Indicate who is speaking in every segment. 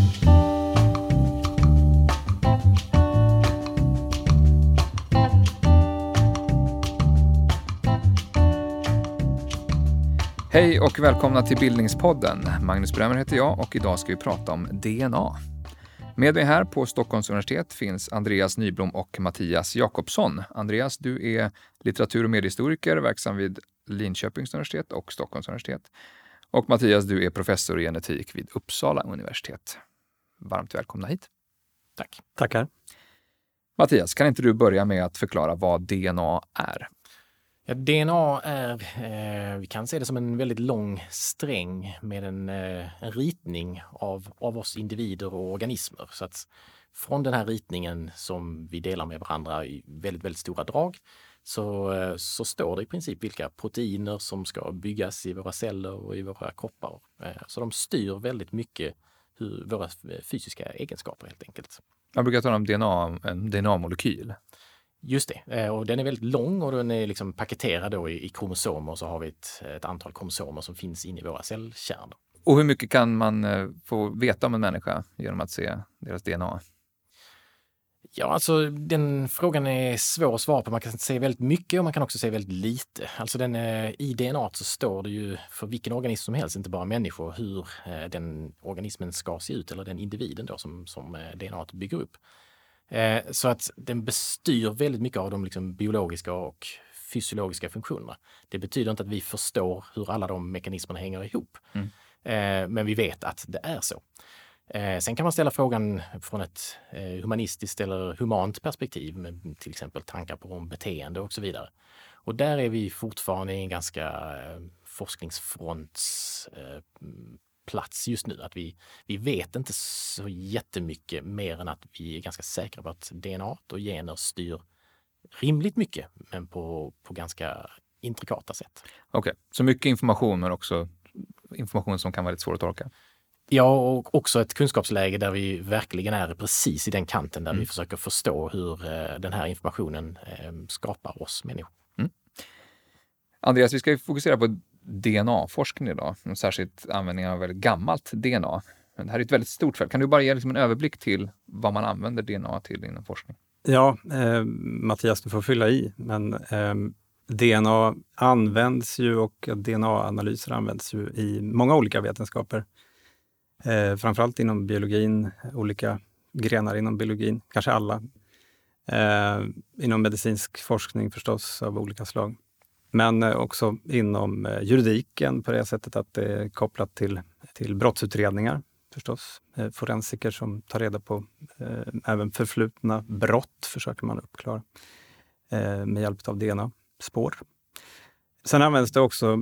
Speaker 1: Hej och välkomna till Bildningspodden. Magnus Bremmer heter jag och idag ska vi prata om DNA. Med mig här på Stockholms universitet finns Andreas Nyblom och Mattias Jakobsson. Andreas, du är litteratur- och mediehistoriker verksam vid Linköpings universitet och Stockholms universitet. Och Mattias, du är professor i genetik vid Uppsala universitet. Varmt välkomna hit.
Speaker 2: Tack.
Speaker 3: Tackar.
Speaker 1: Mattias, kan inte du börja med att förklara vad DNA är?
Speaker 2: Ja, DNA är, vi kan se det som en väldigt lång sträng med en ritning av oss individer och organismer. Så att från den här ritningen som vi delar med varandra i väldigt, väldigt stora drag så står det i princip vilka proteiner som ska byggas i våra celler och i våra kroppar. Så de styr väldigt mycket våra fysiska egenskaper helt enkelt.
Speaker 1: Man brukar tala om DNA, en DNA-molekyl.
Speaker 2: Just det, och den är väldigt lång och den är liksom paketerad då i kromosomer, och så har vi ett antal kromosomer som finns inne i våra cellkärnor.
Speaker 1: Och hur mycket kan man få veta om en människa genom att se deras DNA?
Speaker 2: Ja, alltså den frågan är svår att svara på. Man kan se väldigt mycket och man kan också se väldigt lite. Alltså i DNA så står det ju för vilken organism som helst, inte bara människor, hur den organismen ska se ut, eller den individen då som DNA bygger upp. Så att den bestyr väldigt mycket av de liksom biologiska och fysiologiska funktionerna. Det betyder inte att vi förstår hur alla de mekanismerna hänger ihop. Men vi vet att det är så. Sen kan man ställa frågan från ett humanistiskt eller humant perspektiv med till exempel tankar på om beteende och så vidare. Och där är vi fortfarande i en ganska forskningsfronts plats just nu. Att vi vet inte så jättemycket mer än att vi är ganska säkra på att DNA och gener styr rimligt mycket, men på ganska intrikata sätt.
Speaker 1: Okej, så mycket information, men också information som kan vara lite svår att tolka.
Speaker 2: Ja, och också ett kunskapsläge där vi verkligen är precis i den kanten där vi försöker förstå hur den här informationen skapar oss människor.
Speaker 1: Andreas, vi ska ju fokusera på DNA-forskning idag, särskilt användningen av väldigt gammalt DNA. Det här är ett väldigt stort fält. Kan du bara ge liksom en överblick till vad man använder DNA till inom forskning?
Speaker 3: Ja, Mattias, du får fylla i, men DNA används ju, och DNA-analyser används ju i många olika vetenskaper. Framförallt inom biologin, olika grenar inom biologin, kanske alla. Inom medicinsk forskning förstås av olika slag. Men också inom juridiken på det sättet att det är kopplat till brottsutredningar förstås. Forensiker som tar reda på även förflutna brott försöker man uppklara med hjälp av DNA-spår. Sen används det också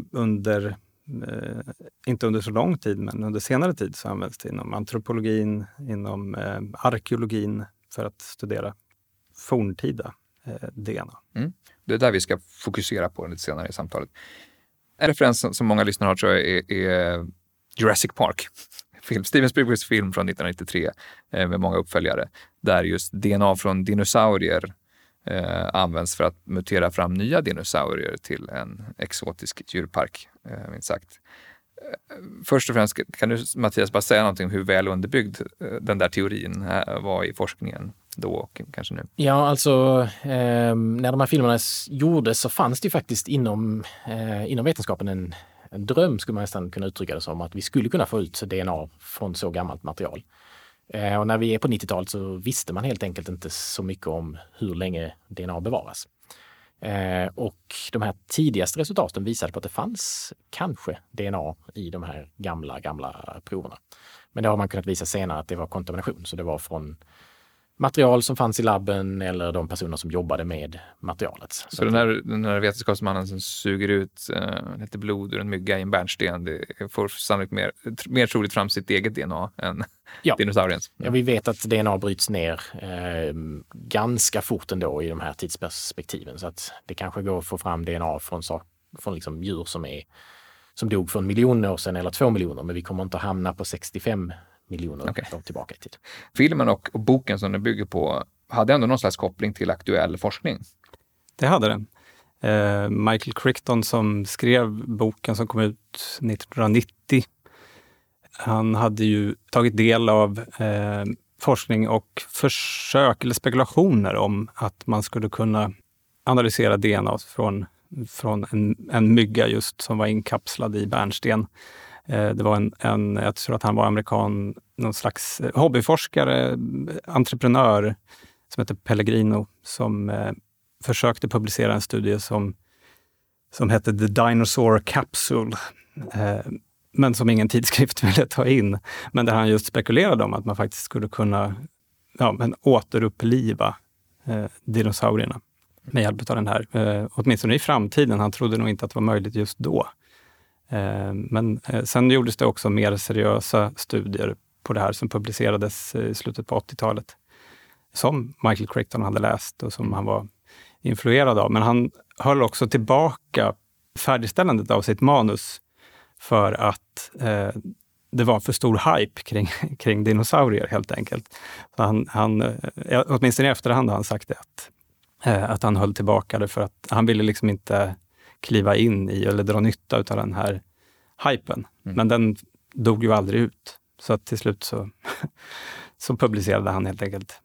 Speaker 3: inte under så lång tid, men under senare tid så används det inom antropologin, inom arkeologin för att studera forntida DNA.
Speaker 1: Det är där vi ska fokusera på lite senare i samtalet. En referens som många lyssnare har tror jag är Jurassic Park. Steven Spielbergs film från 1993 med många uppföljare. Där just DNA från dinosaurier används för att mutera fram nya dinosaurier till en exotisk djurpark, minst sagt. Först och främst, kan du Mattias bara säga någonting om hur väl underbyggd den där teorin var i forskningen då och kanske nu?
Speaker 2: Ja, alltså när de här filmerna gjordes så fanns det ju faktiskt inom vetenskapen en dröm, skulle man nästan kunna uttrycka det som, att vi skulle kunna få ut DNA från så gammalt material. Och när vi är på 90-talet så visste man helt enkelt inte så mycket om hur länge DNA bevaras. Och de här tidigaste resultaten visade på att det fanns kanske DNA i de här gamla proverna. Men det har man kunnat visa senare att det var kontamination, så det var från material som fanns i labben eller de personer som jobbade med materialet.
Speaker 1: Så den här vetenskapsmannen som suger ut lite blod ur en mygga i en bärnsten, det får sannolikt mer troligt fram sitt eget DNA än dinosauriens.
Speaker 2: Ja, vi vet att DNA bryts ner ganska fort ändå i de här tidsperspektiven, så att det kanske går att få fram DNA från liksom djur som dog för 1 miljon år sedan eller 2 miljoner, men vi kommer inte att hamna på 65 miljoner år tillbaka i tid.
Speaker 1: Filmen och boken som den bygger på hade ändå någon slags koppling till aktuell forskning.
Speaker 3: Det hade den. Michael Crichton som skrev boken som kom ut 1990 han hade ju tagit del av forskning och försök eller spekulationer om att man skulle kunna analysera DNA från en mygga just som var inkapslad i bärnsten. Det var jag tror att han var amerikan, någon slags hobbyforskare, entreprenör som heter Pellegrino, som försökte publicera en studie som hette The Dinosaur Capsule, men som ingen tidskrift ville ta in. Men där han just spekulerade om att man faktiskt skulle kunna återuppliva dinosaurierna med hjälp av den här. Åtminstone i framtiden. Han trodde nog inte att det var möjligt just då. Men sen gjordes det också mer seriösa studier på det här som publicerades i slutet på 80-talet. Som Michael Crichton hade läst och som han var influerad av. Men han höll också tillbaka färdigställandet av sitt manus för att det var för stor hype kring dinosaurier helt enkelt. Så han åtminstone i efterhand har han sagt det att han höll tillbaka det för att han ville liksom inte kliva in i eller dra nytta av den här hypen. Men den dog ju aldrig ut. Så att till slut så publicerade han helt enkelt.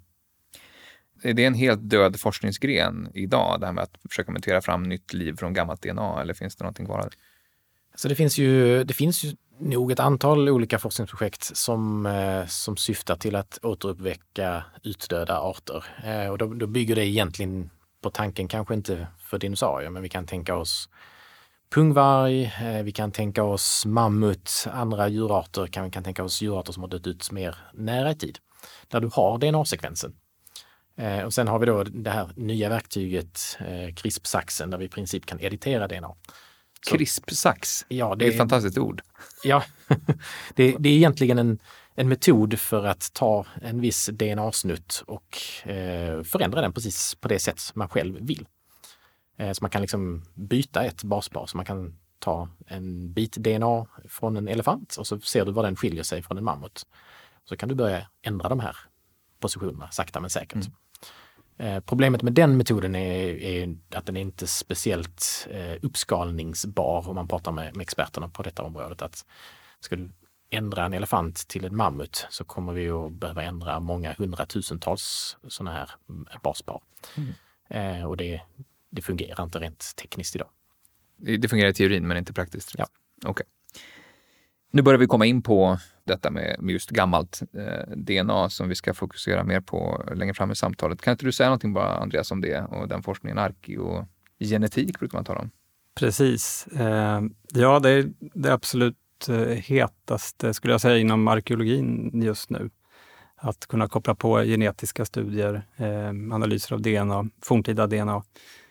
Speaker 1: Är det en helt död forskningsgren idag, det här med att försöka montera fram nytt liv från gammalt DNA, eller finns det någonting kvar?
Speaker 2: Så det finns ju nog ett antal olika forskningsprojekt som syftar till att återuppväcka utdöda arter. Och då bygger det egentligen på tanken, kanske inte för dinosaurier, men vi kan tänka oss pungvarg, vi kan tänka oss mammut, andra djurarter, kan tänka oss djurarter som har dött ut mer nära i tid, där du har DNA-sekvensen. Och sen har vi då det här nya verktyget CRISP-saxen där vi i princip kan editera DNA.
Speaker 1: CRISP-sax?
Speaker 2: Ja,
Speaker 1: det är ett fantastiskt ord.
Speaker 2: Ja, det är egentligen en metod för att ta en viss DNA-snutt och förändra den precis på det sätt man själv vill. Så man kan liksom byta ett baspar, så man kan ta en bit DNA från en elefant och så ser du vad den skiljer sig från en mammut. Så kan du börja ändra de här positionerna sakta men säkert. Problemet med den metoden är att den är inte speciellt uppskalningsbar om man pratar med experterna på detta området. Att ska du ändra en elefant till en mammut så kommer vi att behöva ändra många hundratusentals sådana här baspar. Och det fungerar inte rent tekniskt idag.
Speaker 1: Det fungerar i teorin men inte praktiskt?
Speaker 2: Ja.
Speaker 1: Okej. Nu börjar vi komma in på detta med just gammalt DNA som vi ska fokusera mer på längre fram i samtalet. Kan inte du säga någonting bara, Andreas, om det och den forskningen, arkeogenetik brukar man tala om?
Speaker 3: Precis. Ja, det är det absolut hetaste skulle jag säga inom arkeologin just nu. Att kunna koppla på genetiska studier, analyser av DNA, forntida DNA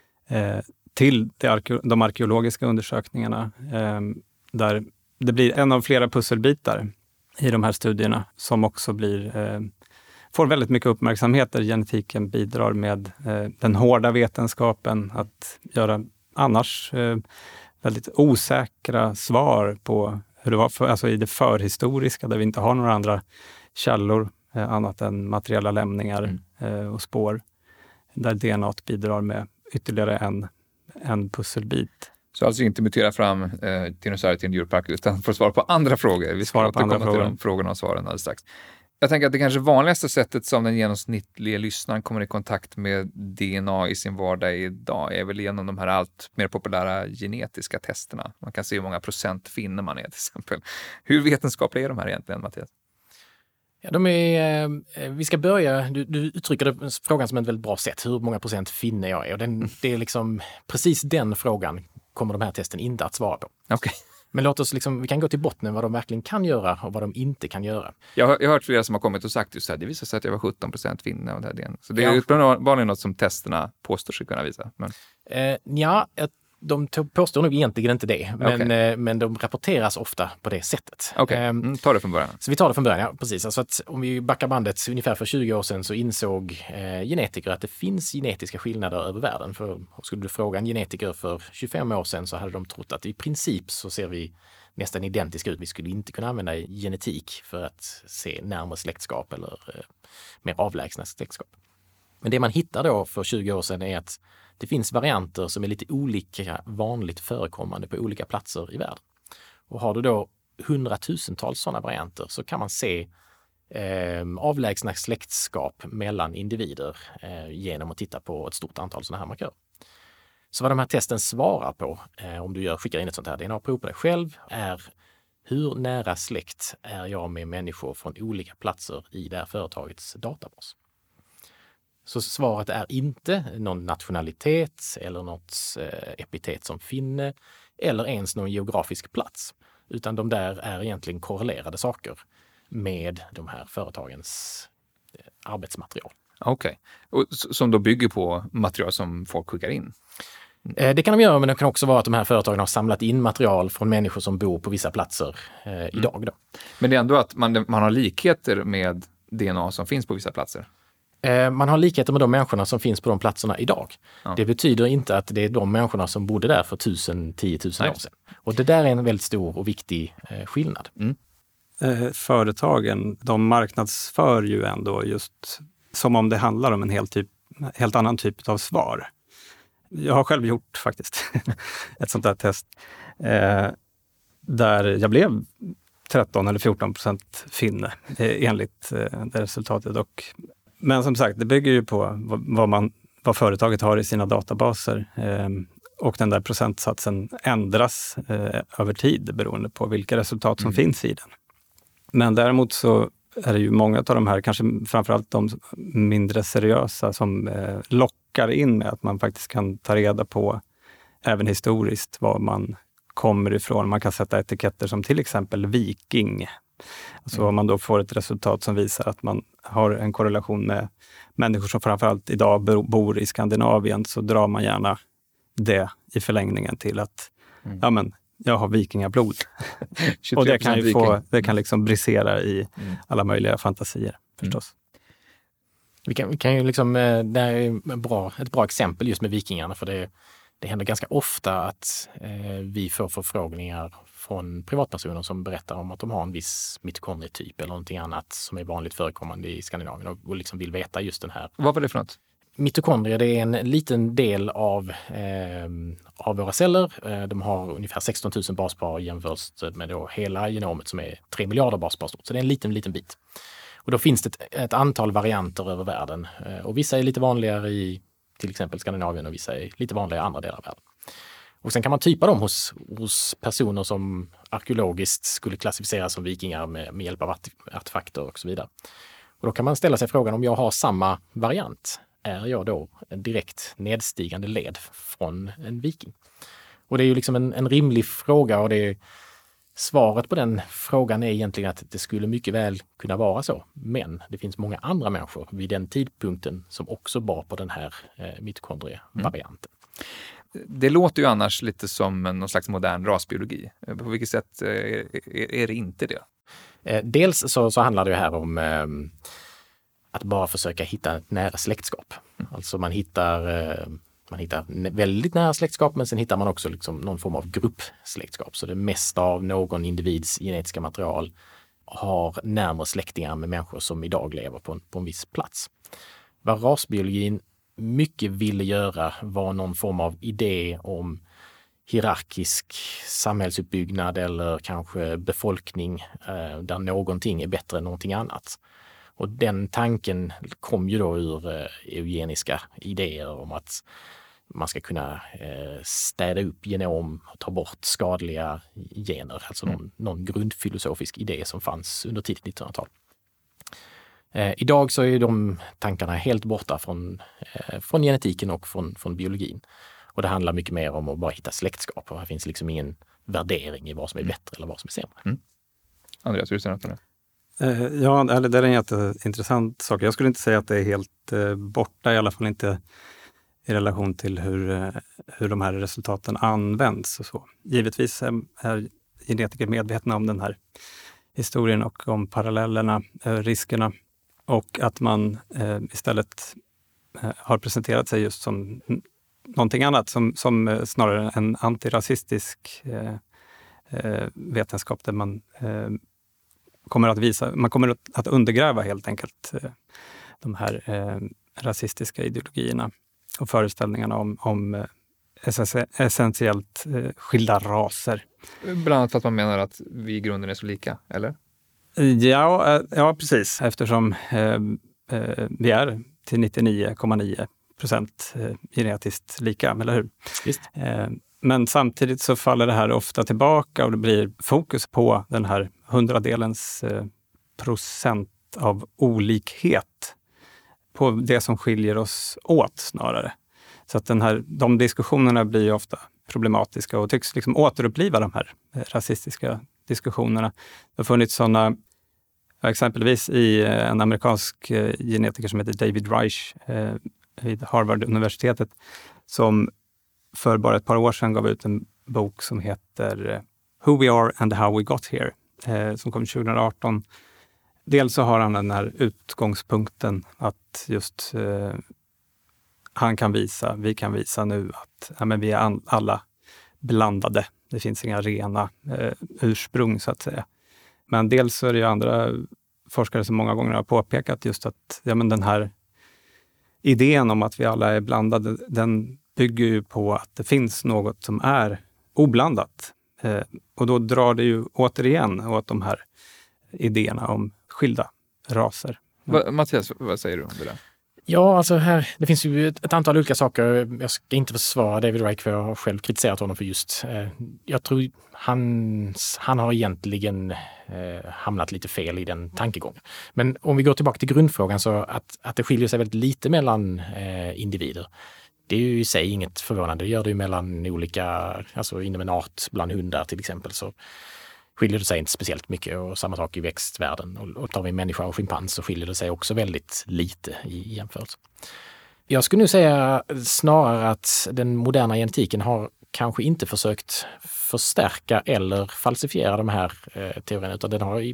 Speaker 3: till de arkeologiska undersökningarna där det blir en av flera pusselbitar i de här studierna som också får väldigt mycket uppmärksamhet där genetiken bidrar med den hårda vetenskapen att göra annars väldigt osäkra svar på hur det var alltså i det förhistoriska där vi inte har några andra källor annat än materiella lämningar och spår. Där DNA bidrar med ytterligare en pusselbit.
Speaker 1: Så alltså inte mutera fram dinosaurier till en djurpark utan får svara på andra frågor. Vi ska återkomma till de frågorna och svaren alldeles strax. Jag tänker att det kanske vanligaste sättet som den genomsnittliga lyssnaren kommer i kontakt med DNA i sin vardag idag är väl genom de här allt mer populära genetiska testerna. Man kan se hur många procent finner man är till exempel. Hur vetenskapliga är de här egentligen, Mattias?
Speaker 2: Ja, vi ska börja, du uttrycker frågan som ett väldigt bra sätt. Hur många procent finner jag är? Och det är liksom precis den frågan kommer de här testen inte att svara på.
Speaker 1: Okay.
Speaker 2: Men låt oss vi kan gå till botten vad de verkligen kan göra och vad de inte kan göra.
Speaker 1: Jag har hört flera som har kommit och sagt just så här, det visar sig att jag var 17% finna av det här. Så det är ju uppenbarligen något som testerna påstår sig kunna visa. Men...
Speaker 2: De påstår nog egentligen inte det, men de rapporteras ofta på det sättet.
Speaker 1: Ta det från början.
Speaker 2: Så vi tar det från början, ja, precis. Alltså att om vi backar bandet ungefär för 20 år sedan så insåg genetiker att det finns genetiska skillnader över världen. För skulle du fråga en genetiker för 25 år sedan så hade de trott att i princip så ser vi nästan identiska ut. Vi skulle inte kunna använda genetik för att se närmare släktskap eller mer avlägsna släktskap. Men det man hittar då för 20 år sedan är att det finns varianter som är lite olika vanligt förekommande på olika platser i världen. Och har du då hundratusentals sådana varianter så kan man se avlägsna släktskap mellan individer genom att titta på ett stort antal sådana här markörer. Så vad de här testen svarar på, om du skickar in ett sånt här DNA-prov på dig själv, är hur nära släkt är jag med människor från olika platser i det här företagets databas. Så svaret är inte någon nationalitet eller något epitet som finne eller ens någon geografisk plats, utan de där är egentligen korrelerade saker med de här företagens arbetsmaterial.
Speaker 1: Okej. Och som då bygger på material som folk skickar in?
Speaker 2: Det kan de göra, men det kan också vara att de här företagen har samlat in material från människor som bor på vissa platser idag. Då.
Speaker 1: Men det är ändå att man har likheter med DNA som finns på vissa platser?
Speaker 2: Man har likheter med de människorna som finns på de platserna idag.
Speaker 1: Ja.
Speaker 2: Det betyder inte att det är de människorna som bodde där för 1000-10 000 år sedan. Och det där är en väldigt stor och viktig skillnad.
Speaker 3: Företagen, de marknadsför ju ändå just som om det handlar om en helt annan typ av svar. Jag har själv gjort faktiskt ett sånt där test där jag blev 13 eller 14% finne enligt det resultatet. Men som sagt, det bygger ju på vad företaget har i sina databaser och den där procentsatsen ändras över tid beroende på vilka resultat som finns i den. Men däremot så är det ju många av de här, kanske framförallt de mindre seriösa, som lockar in med att man faktiskt kan ta reda på även historiskt var man kommer ifrån. Man kan sätta etiketter som till exempel viking. Alltså om man då får ett resultat som visar att man har en korrelation med människor som framförallt idag bor i Skandinavien, så drar man gärna det i förlängningen till att ja, men jag har vikingablod. Och det kan liksom brisera i alla möjliga fantasier förstås.
Speaker 2: Vi kan ju liksom, det här är ett bra exempel just med vikingarna, för det händer ganska ofta att vi får förfrågningar från privatpersoner som berättar om att de har en viss mitokondrietyp eller någonting annat som är vanligt förekommande i Skandinavien och liksom vill veta just den här.
Speaker 1: Vad var det för något?
Speaker 2: Mitokondrier, det är en liten del av våra celler. De har ungefär 16 000 baspar jämfört med då hela genomet som är 3 miljarder baspar stort. Så det är en liten bit. Och då finns det ett antal varianter över världen. Och vissa är lite vanligare i till exempel Skandinavien och vissa är lite vanligare i andra delar av världen. Och sen kan man typa dem hos personer som arkeologiskt skulle klassificeras som vikingar med hjälp av artefakter och så vidare. Och då kan man ställa sig frågan, om jag har samma variant, är jag då en direkt nedstigande led från en viking? Och det är ju liksom en rimlig fråga, och svaret på den frågan är egentligen att det skulle mycket väl kunna vara så. Men det finns många andra människor vid den tidpunkten som också bar på den här mitokondrievarianten.
Speaker 1: Det låter ju annars lite som någon slags modern rasbiologi. På vilket sätt är det inte det?
Speaker 2: Dels så handlar det ju här om att bara försöka hitta ett nära släktskap. Alltså man hittar väldigt nära släktskap, men sen hittar man också liksom någon form av gruppsläktskap. Så det mesta av någon individs genetiska material har närmare släktingar med människor som idag lever på en viss plats. Vad rasbiologin mycket ville göra var någon form av idé om hierarkisk samhällsuppbyggnad eller kanske befolkning där någonting är bättre än någonting annat. Och den tanken kom ju då ur eugeniska idéer om att man ska kunna städa upp genom och ta bort skadliga gener. Alltså någon grundfilosofisk idé som fanns under tidigt 1900-tal. Idag så är de tankarna helt borta från genetiken och från biologin. Och det handlar mycket mer om att bara hitta släktskap. Och här finns liksom ingen värdering i vad som är bättre eller vad som är sämre.
Speaker 1: Andreas, hur ser du på det?
Speaker 3: Ja, det är en jätteintressant sak. Jag skulle inte säga att det är helt borta, i alla fall inte i relation till hur de här resultaten används och så. Givetvis är genetiker medvetna om den här historien och om parallellerna, riskerna, och att man istället har presenterat sig just som någonting annat, som snarare en antirasistisk vetenskap, där man kommer att undergräva helt enkelt de här rasistiska ideologierna och föreställningarna om essentiellt skilda raser.
Speaker 1: Bland annat för att man menar att vi i grunden är så lika, eller?
Speaker 3: Ja, precis. Eftersom vi är till 99,9% genetiskt lika, eller hur?
Speaker 2: Visst.
Speaker 3: Men samtidigt så faller det här ofta tillbaka och det blir fokus på den här 100-delens procent av olikhet på det som skiljer oss åt snarare. Så att de diskussionerna blir ju ofta problematiska och tycks liksom återuppliva de här rasistiska diskussionerna. Det har funnits sådana, exempelvis i en amerikansk genetiker som heter David Reich vid Harvard-universitetet, som för bara ett par år sedan gav ut en bok som heter Who We Are and How We Got Here, som kom 2018. Dels så har han den här utgångspunkten att just vi kan visa nu att vi är alla blandade. Det finns inga rena ursprung så att säga. Men dels så är det ju andra forskare som många gånger har påpekat just att den här idén om att vi alla är blandade, den bygger ju på att det finns något som är oblandat. Och då drar det ju återigen åt de här idéerna om skilda raser.
Speaker 1: Mattias, vad säger du om det där?
Speaker 2: Ja, alltså det finns ju ett antal olika saker. Jag ska inte försvara David Reich för jag har själv kritiserat honom för just. Jag tror han har egentligen hamnat lite fel i den tankegången. Men om vi går tillbaka till grundfrågan så att det skiljer sig väldigt lite mellan individer. Det är ju i sig inget förvånande. Det gör det ju mellan olika, alltså inom en art bland hundar till exempel så skiljer det sig inte speciellt mycket och samma sak i växtvärlden. Och tar vi människa och schimpans så skiljer det sig också väldigt lite i jämförelse. Jag skulle nu säga snarare att den moderna genetiken har kanske inte försökt förstärka eller falsifiera de här teorierna utan den har i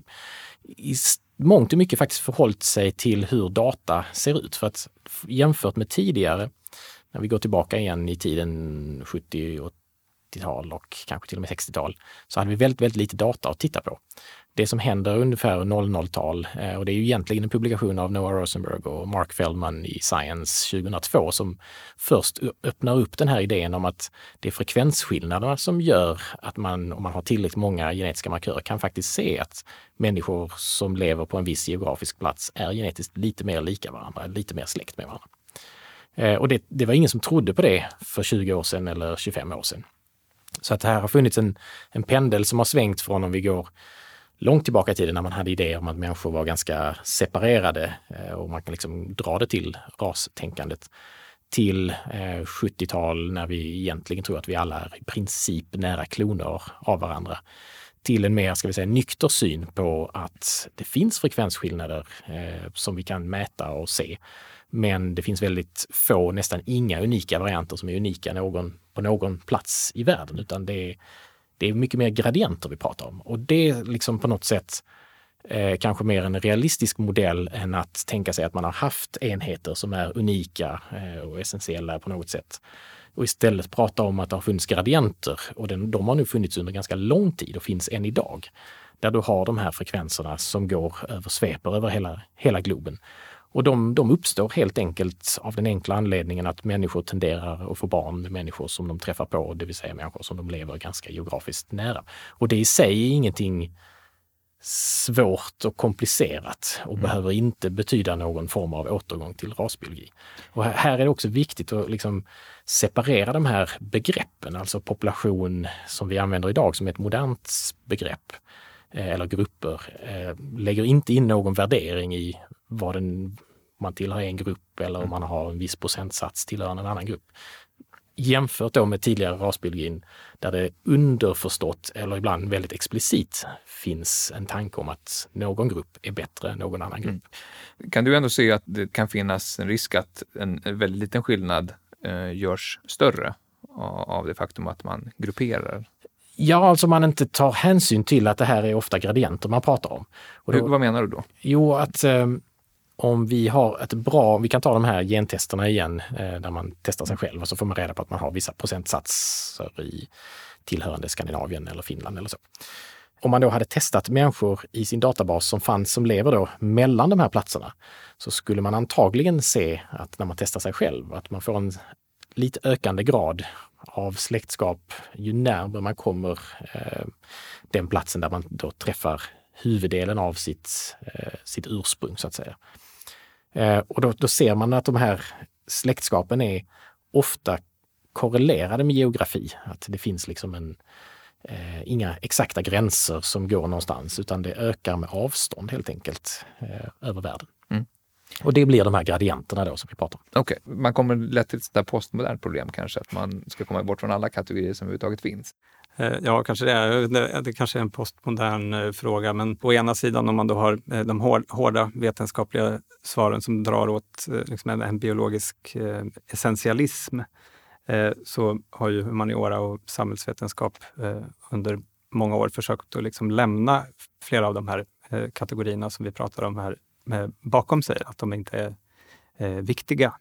Speaker 2: mångt och mycket faktiskt förhållit sig till hur data ser ut. För att jämfört med tidigare, när vi går tillbaka igen i tiden 70 och 80-tal och kanske till och med 60-tal, så hade vi väldigt, väldigt lite data att titta på. Det som händer ungefär 00-tal, och det är ju egentligen en publikation av Noah Rosenberg och Mark Feldman i Science 2002 som först öppnar upp den här idén om att det är frekvensskillnaderna som gör att man, om man har tillräckligt många genetiska markörer, kan faktiskt se att människor som lever på en viss geografisk plats är genetiskt lite mer lika varandra, lite mer släkt med varandra. Och det var ingen som trodde på det för 20 år sedan eller 25 år sedan. Så att det här har funnits en pendel som har svängt från, om vi går långt tillbaka i tiden när man hade idéer om att människor var ganska separerade och man kan liksom dra det till rastänkandet, till 70-tal när vi egentligen tror att vi alla är i princip nära kloner av varandra, till en mer, ska vi säga, nykter syn på att det finns frekvensskillnader som vi kan mäta och se. Men det finns väldigt få, nästan inga unika varianter som är unika på någon plats i världen, utan det är mycket mer gradienter vi pratar om. Och det är liksom på något sätt kanske mer en realistisk modell än att tänka sig att man har haft enheter som är unika och essentiella på något sätt. Och istället prata om att det har funnits gradienter, och de har nu funnits under ganska lång tid och finns än idag. Där du har de här frekvenserna som sveper över hela globen. Och de uppstår helt enkelt av den enkla anledningen att människor tenderar att få barn med människor som de träffar på, det vill säga människor som de lever ganska geografiskt nära. Och det i sig är ingenting svårt och komplicerat och behöver inte betyda någon form av återgång till rasbiologi. Och här är det också viktigt att liksom separera de här begreppen, alltså population som vi använder idag som ett modernt begrepp, eller grupper, lägger inte in någon värdering i vad man tillhör en grupp eller om man har en viss procentsats tillhör en annan grupp. Jämfört då med tidigare rasbiologin där det underförstått eller ibland väldigt explicit finns en tanke om att någon grupp är bättre än någon annan grupp.
Speaker 1: Kan du ändå se att det kan finnas en risk att en väldigt liten skillnad görs större av det faktum att man grupperar? Ja,
Speaker 2: alltså man inte tar hänsyn till att det här är ofta gradienter man pratar om. Och då,
Speaker 1: vad menar du då?
Speaker 2: Jo, att om vi har vi kan ta de här gentesterna igen där man testar sig själv och så får man reda på att man har vissa procentsatser i tillhörande Skandinavien eller Finland eller så. Om man då hade testat människor i sin databas som lever då mellan de här platserna, så skulle man antagligen se att när man testar sig själv att man får en lite ökande grad av släktskap ju närmare man kommer den platsen där man då träffar huvuddelen av sitt ursprung så att säga. Och då ser man att de här släktskapen är ofta korrelerade med geografi. Att det finns liksom inga exakta gränser som går någonstans, utan det ökar med avstånd helt enkelt över världen. Mm. Och det blir de här gradienterna då som vi pratar om.
Speaker 1: Okej, man kommer lätt till ett sådär postmodernt problem kanske, att man ska komma bort från alla kategorier som överhuvudtaget finns.
Speaker 3: Ja, kanske det kanske är en postmodern fråga, men på ena sidan om man då har de hårda vetenskapliga svaren som drar åt liksom en biologisk essentialism, så har ju humaniora och samhällsvetenskap under många år försökt att liksom lämna flera av de här kategorierna som vi pratar om här bakom sig, att de inte är viktiga.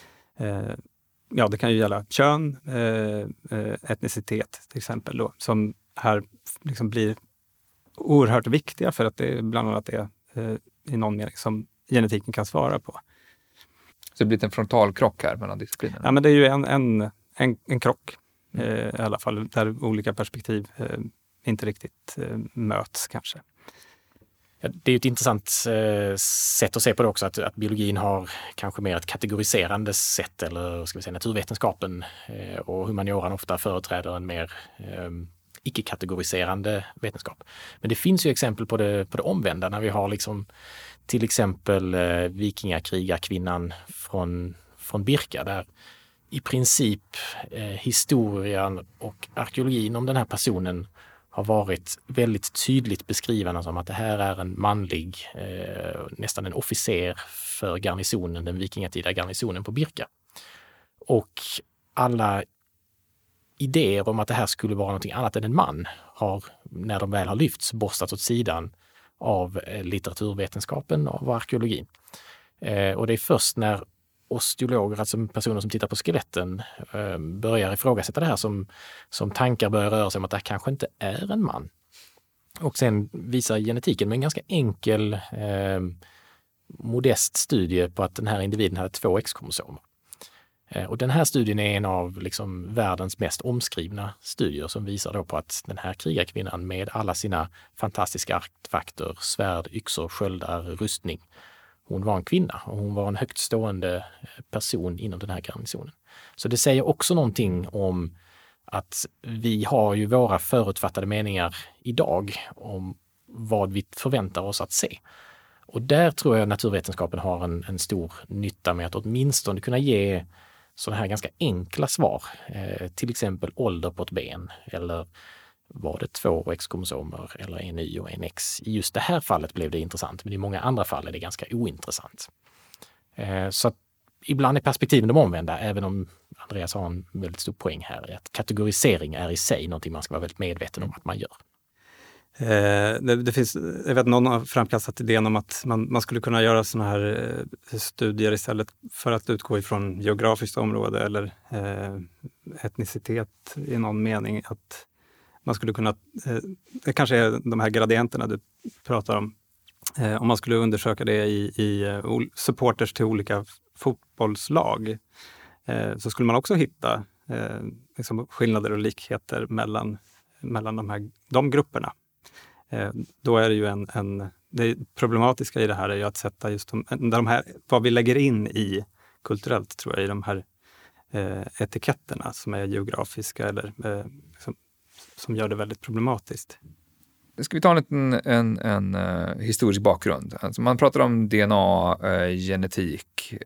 Speaker 3: Ja, det kan ju gälla kön, etnicitet till exempel då, som här liksom blir oerhört viktiga för att det bland annat är i någon mening som genetiken kan svara på.
Speaker 1: Så det blir en frontalkrock här mellan disciplinerna?
Speaker 3: Ja, men det är ju en krock i alla fall, där olika perspektiv inte riktigt möts kanske.
Speaker 2: Ja, det är ju ett intressant sätt att se på det också, att biologin har kanske mer ett kategoriserande sätt, eller ska vi säga naturvetenskapen, och humanioran ofta företräder en mer icke-kategoriserande vetenskap. Men det finns ju exempel på det omvända, när vi har liksom till exempel vikingakrigarkvinnan från Birka, där i princip historien och arkeologin om den här personen har varit väldigt tydligt beskrivande som att det här är en manlig, nästan en officer för garnisonen, den vikingatida garnisonen på Birka. Och alla idéer om att det här skulle vara något annat än en man har, när de väl har lyfts, borstats åt sidan av litteraturvetenskapen och av arkeologin. Och det är först när osteologer, alltså personer som tittar på skeletten, börjar ifrågasätta det här som tankar börjar röra sig om att det här kanske inte är en man. Och sen visar genetiken med en ganska enkel, modest studie på att den här individen hade 2 X-kromosomer. Och den här studien är en av liksom världens mest omskrivna studier som visar då på att den här krigarkvinnan med alla sina fantastiska artefakter, svärd, yxor, sköldar, rustning, hon var en kvinna och hon var en högt stående person inom den här garnisonen. Så det säger också någonting om att vi har ju våra förutfattade meningar idag om vad vi förväntar oss att se. Och där tror jag naturvetenskapen har en stor nytta med att åtminstone kunna ge sådana här ganska enkla svar. Till exempel ålder på ett ben, eller var det 2 X-kromosomer eller en Y och en X. I just det här fallet blev det intressant, men i många andra fall är det ganska ointressant. Så att ibland är perspektiven de omvända, även om Andreas har en väldigt stor poäng här. Att kategorisering är i sig någonting man ska vara väldigt medveten om att man gör.
Speaker 3: Det finns, jag vet, någon har framkastat idén om att man skulle kunna göra såna här studier istället för att utgå ifrån geografiskt område eller etnicitet i någon mening. Att man skulle kunna, det kanske är de här gradienterna du pratar om man skulle undersöka det i supporters till olika fotbollslag, så skulle man också hitta liksom skillnader och likheter mellan de grupperna. Då är det ju det problematiska i det här är ju att sätta just de här, vad vi lägger in i kulturellt, tror jag, i de här etiketterna som är geografiska eller som gör det väldigt problematiskt.
Speaker 1: Ska vi ta en historisk bakgrund? Alltså man pratar om DNA, genetik.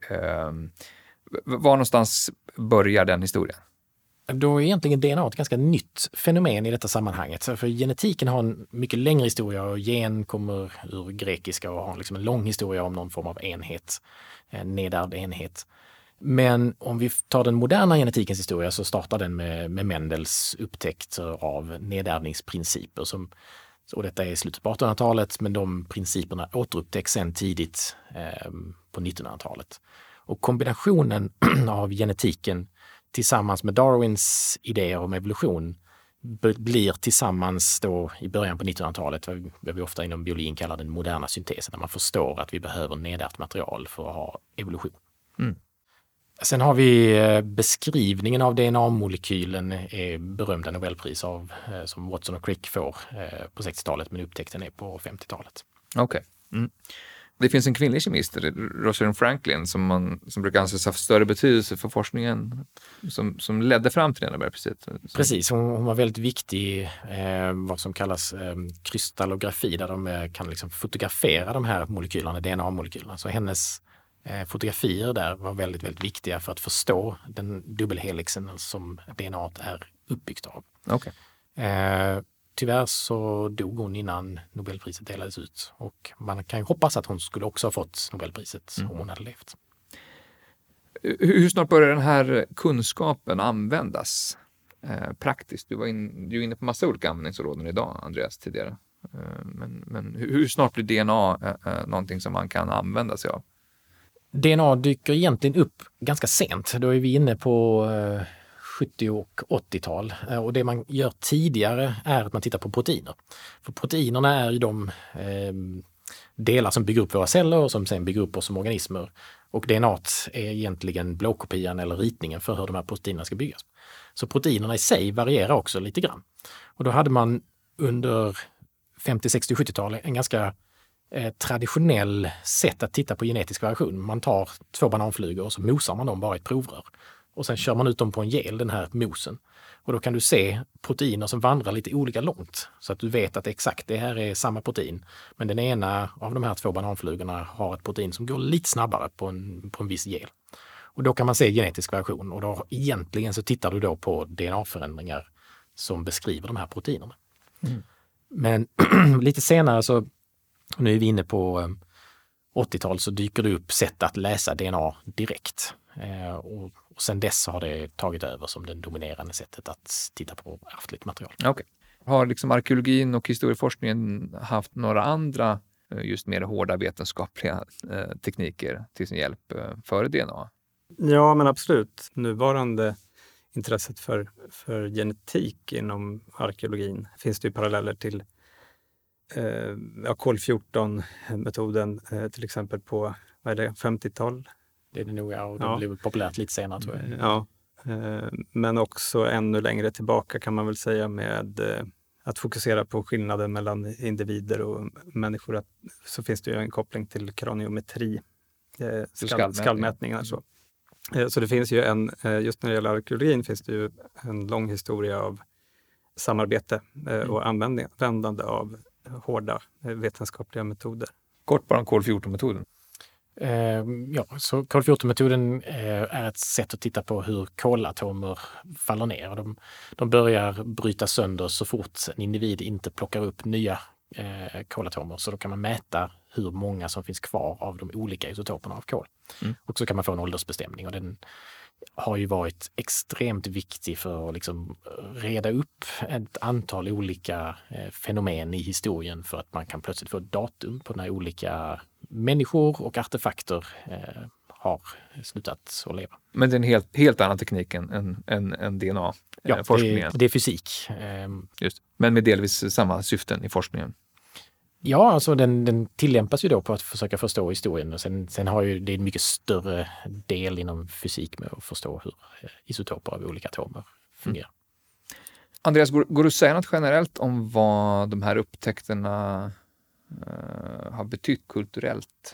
Speaker 1: Var någonstans börjar den historien?
Speaker 2: Då är egentligen DNA ett ganska nytt fenomen i detta sammanhanget. För genetiken har en mycket längre historia, och gen kommer ur grekiska och har liksom en lång historia om någon form av enhet, en nedärvd enhet. Men om vi tar den moderna genetikens historia så startar den med Mendels upptäckter av nedärvningsprinciper. Och detta är i slutet på 1800-talet, men de principerna återupptäcks sen tidigt på 1900-talet. Och kombinationen av genetiken tillsammans med Darwins idéer om evolution blir tillsammans då i början på 1900-talet vad vi ofta inom biologin kallar den moderna syntesen, där man förstår att vi behöver nedärvt material för att ha evolution. Mm. Sen har vi beskrivningen av DNA-molekylen är berömda Nobelpris som Watson och Crick får på 60-talet, men upptäckten är på 50-talet.
Speaker 1: Okej. Mm. Det finns en kvinnlig kemist, Rosalind Franklin, som brukar anses ha större betydelse för forskningen, som ledde fram till det Nobelpriset.
Speaker 2: Precis, hon var väldigt viktig vad som kallas krystallografi, där de kan liksom fotografera de här molekylerna, DNA-molekylerna. Så hennes fotografier där var väldigt, väldigt viktiga för att förstå den dubbelhelixen som DNA är uppbyggt av.
Speaker 1: Okay.
Speaker 2: Tyvärr så dog hon innan Nobelpriset delades ut, och man kan ju hoppas att hon skulle också ha fått Nobelpriset om hon hade levt.
Speaker 1: Hur snart börjar den här kunskapen användas praktiskt? Du är inne på massa olika användningsområden idag, Andreas, tidigare. Men hur snart blir DNA någonting som man kan använda sig av?
Speaker 2: DNA dyker egentligen upp ganska sent. Då är vi inne på 70- och 80-tal. Och det man gör tidigare är att man tittar på proteiner. För proteinerna är ju de delar som bygger upp våra celler och som sen bygger upp oss som organismer. Och DNA är egentligen blåkopian eller ritningen för hur de här proteinerna ska byggas. Så proteinerna i sig varierar också lite grann. Och då hade man under 50-, 60-, 70-talet en ganska traditionell sätt att titta på genetisk variation. Man tar 2 bananflugor och så mosar man dem bara i ett provrör. Och sen kör man ut dem på en gel, den här mosen. Och då kan du se proteiner som vandrar lite olika långt. Så att du vet att exakt det här är samma protein. Men den ena av de här 2 bananflugorna har ett protein som går lite snabbare på en viss gel. Och då kan man se genetisk variation. Och då egentligen så tittar du då på DNA-förändringar som beskriver de här proteinerna. Mm. Men lite senare så, nu är vi inne på 80-tal, så dyker det upp sätt att läsa DNA direkt. Och sen dess har det tagit över som det dominerande sättet att titta på ärftligt material.
Speaker 1: Okay. Har liksom arkeologin och historieforskningen haft några andra just mer hårda vetenskapliga tekniker till sin hjälp före DNA?
Speaker 3: Ja, men absolut. Nuvarande intresset för genetik inom arkeologin finns det ju paralleller till kol-14-metoden till exempel på 50-tal.
Speaker 2: Det är det nog, och det blev populärt lite senare, tror jag.
Speaker 3: Ja, men också ännu längre tillbaka kan man väl säga med att fokusera på skillnaden mellan individer och människor. Så finns det ju en koppling till kraniometri, skallmätningar. Så det finns ju just när det gäller arkeologin finns det ju en lång historia av samarbete och användande av hårda vetenskapliga metoder.
Speaker 1: Kort bara om kol-14-metoden.
Speaker 2: Så kol-14-metoden är ett sätt att titta på hur kolatomer faller ner. De börjar bryta sönder så fort en individ inte plockar upp nya kolatomer. Så då kan man mäta hur många som finns kvar av de olika isotoperna av kol. Och så kan man få en åldersbestämning, och den har ju varit extremt viktig för att liksom reda upp ett antal olika fenomen i historien, för att man kan plötsligt få ett datum på när olika människor och artefakter har slutat att leva.
Speaker 1: Men det är en helt annan teknik än DNA-forskningen?
Speaker 2: Ja, det är fysik.
Speaker 1: Just. Men med delvis samma syften i forskningen?
Speaker 2: Ja, alltså den tillämpas ju då på att försöka förstå historien, och sen har ju det en mycket större del inom fysik med att förstå hur isotoper av olika atomer fungerar.
Speaker 1: Andreas, går du att säga något generellt om vad de här upptäckterna har betytt kulturellt?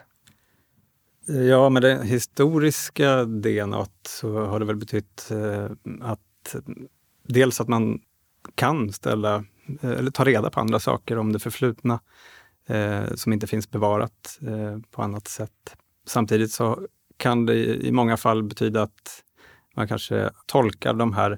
Speaker 3: Ja, med det historiska DNA så har det väl betytt att dels att man kan ställa eller ta reda på andra saker om det förflutna som inte finns bevarat på annat sätt. Samtidigt så kan det i många fall betyda att man kanske tolkar de här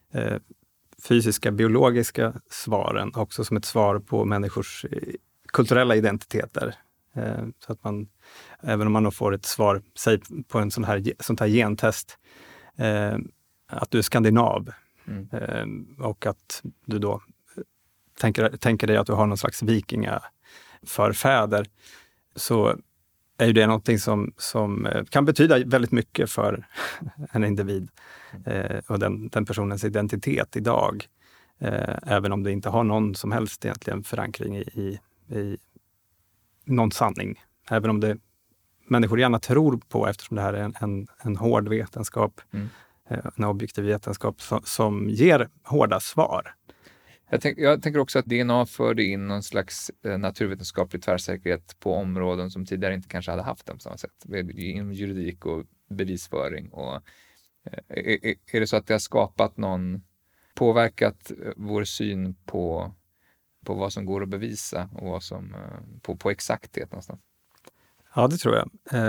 Speaker 3: fysiska, biologiska svaren också som ett svar på människors kulturella identiteter. Så att man, även om man då får ett svar, säg på en sånt här gentest, att du är skandinav och att du då tänker dig att du har någon slags vikingaförfäder, så är ju det någonting som kan betyda väldigt mycket för en individ och den personens identitet idag. Även om det inte har någon som helst egentligen förankring i någon sanning. Även om det människor gärna tror på, eftersom det här är en hård vetenskap, en objektiv vetenskap som ger hårda svar.
Speaker 1: Jag tänker också att DNA förde in någon slags naturvetenskaplig tvärsäkerhet på områden som tidigare inte kanske hade haft den på samma sätt. Inom juridik och bevisföring. Och, är det så att det har påverkat vår syn på vad som går att bevisa och vad som, på exakthet någonstans?
Speaker 3: Ja, det tror jag.